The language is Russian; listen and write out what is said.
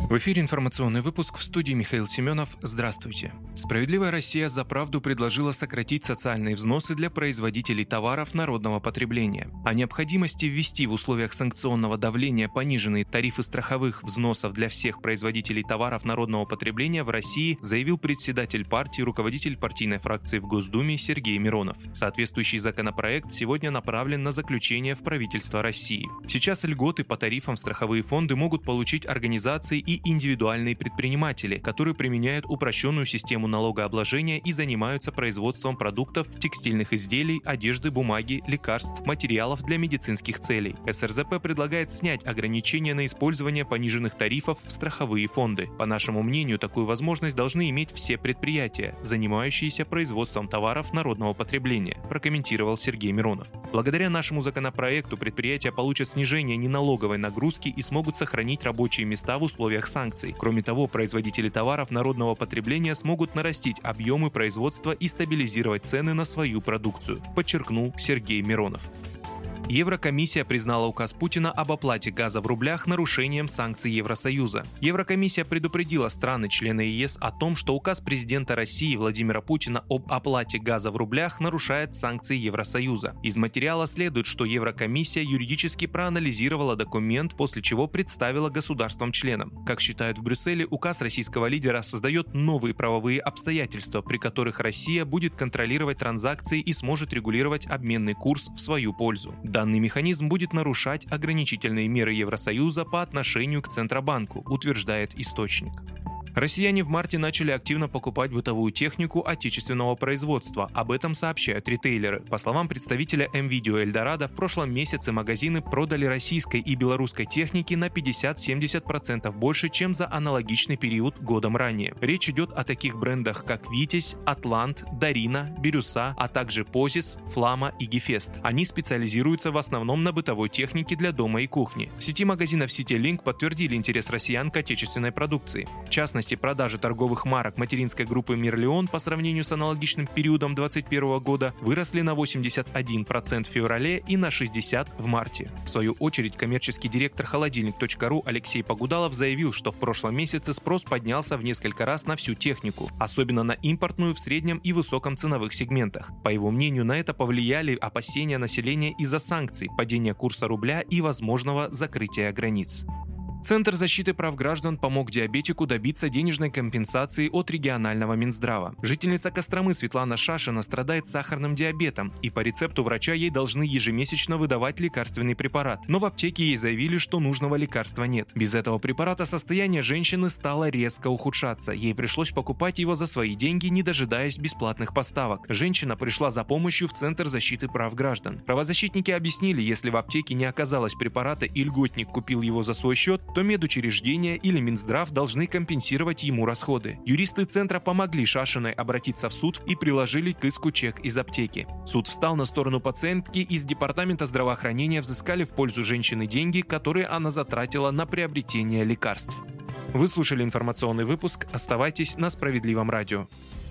В эфире информационный выпуск, в студии Михаил Семенов. Здравствуйте. «Справедливая Россия за правду» предложила сократить социальные взносы для производителей товаров народного потребления. О необходимости ввести в условиях санкционного давления пониженные тарифы страховых взносов для всех производителей товаров народного потребления в России заявил председатель партии, руководитель партийной фракции в Госдуме Сергей Миронов. Соответствующий законопроект сегодня направлен на заключение в правительство России. Сейчас льготы по тарифам в страховые фонды могут получить организации и индивидуальные предприниматели, которые применяют упрощенную систему налогообложения и занимаются производством продуктов, текстильных изделий, одежды, бумаги, лекарств, материалов для медицинских целей. СРЗП предлагает снять ограничения на использование пониженных тарифов в страховые фонды. По нашему мнению, такую возможность должны иметь все предприятия, занимающиеся производством товаров народного потребления, прокомментировал Сергей Миронов. Благодаря нашему законопроекту предприятия получат снижение неналоговой нагрузки и смогут сохранить рабочие места в условиях санкций. Кроме того, производители товаров народного потребления смогут нарастить объемы производства и стабилизировать цены на свою продукцию, подчеркнул Сергей Миронов. Еврокомиссия признала указ Путина об оплате газа в рублях нарушением санкций Евросоюза. Еврокомиссия предупредила страны-члены ЕС о том, что указ президента России Владимира Путина об оплате газа в рублях нарушает санкции Евросоюза. Из материала следует, что Еврокомиссия юридически проанализировала документ, после чего представила государствам-членам. Как считают в Брюсселе, указ российского лидера создает новые правовые обстоятельства, при которых Россия будет контролировать транзакции и сможет регулировать обменный курс в свою пользу. Данный механизм будет нарушать ограничительные меры Евросоюза по отношению к Центробанку, утверждает источник. Россияне в марте начали активно покупать бытовую технику отечественного производства. Об этом сообщают ритейлеры. По словам представителя МВидео Эльдорадо, в прошлом месяце магазины продали российской и белорусской техники на 50-70% больше, чем за аналогичный период годом ранее. Речь идет о таких брендах, как Витязь, Атлант, Дарина, Бирюса, а также Позис, Флама и Гефест. Они специализируются в основном на бытовой технике для дома и кухни. В сети магазинов CityLink подтвердили интерес россиян к отечественной продукции. В частности, продажи торговых марок материнской группы «Мерлион» по сравнению с аналогичным периодом 2021 года выросли на 81% в феврале и на 60% в марте. В свою очередь, коммерческий директор холодильник.ру Алексей Погудалов заявил, что в прошлом месяце спрос поднялся в несколько раз на всю технику, особенно на импортную в среднем и высоком ценовых сегментах. По его мнению, на это повлияли опасения населения из-за санкций, падения курса рубля и возможного закрытия границ. Центр защиты прав граждан помог диабетику добиться денежной компенсации от регионального Минздрава. Жительница Костромы Светлана Шашина страдает сахарным диабетом, и по рецепту врача ей должны ежемесячно выдавать лекарственный препарат. Но в аптеке ей заявили, что нужного лекарства нет. Без этого препарата состояние женщины стало резко ухудшаться. Ей пришлось покупать его за свои деньги, не дожидаясь бесплатных поставок. Женщина пришла за помощью в Центр защиты прав граждан. Правозащитники объяснили, если в аптеке не оказалось препарата и льготник купил его за свой счет, то медучреждения или Минздрав должны компенсировать ему расходы. Юристы Центра помогли Шашиной обратиться в суд и приложили к иску чек из аптеки. Суд встал на сторону пациентки, и из Департамента здравоохранения взыскали в пользу женщины деньги, которые она затратила на приобретение лекарств. Вы слушали информационный выпуск. Оставайтесь на Справедливом радио.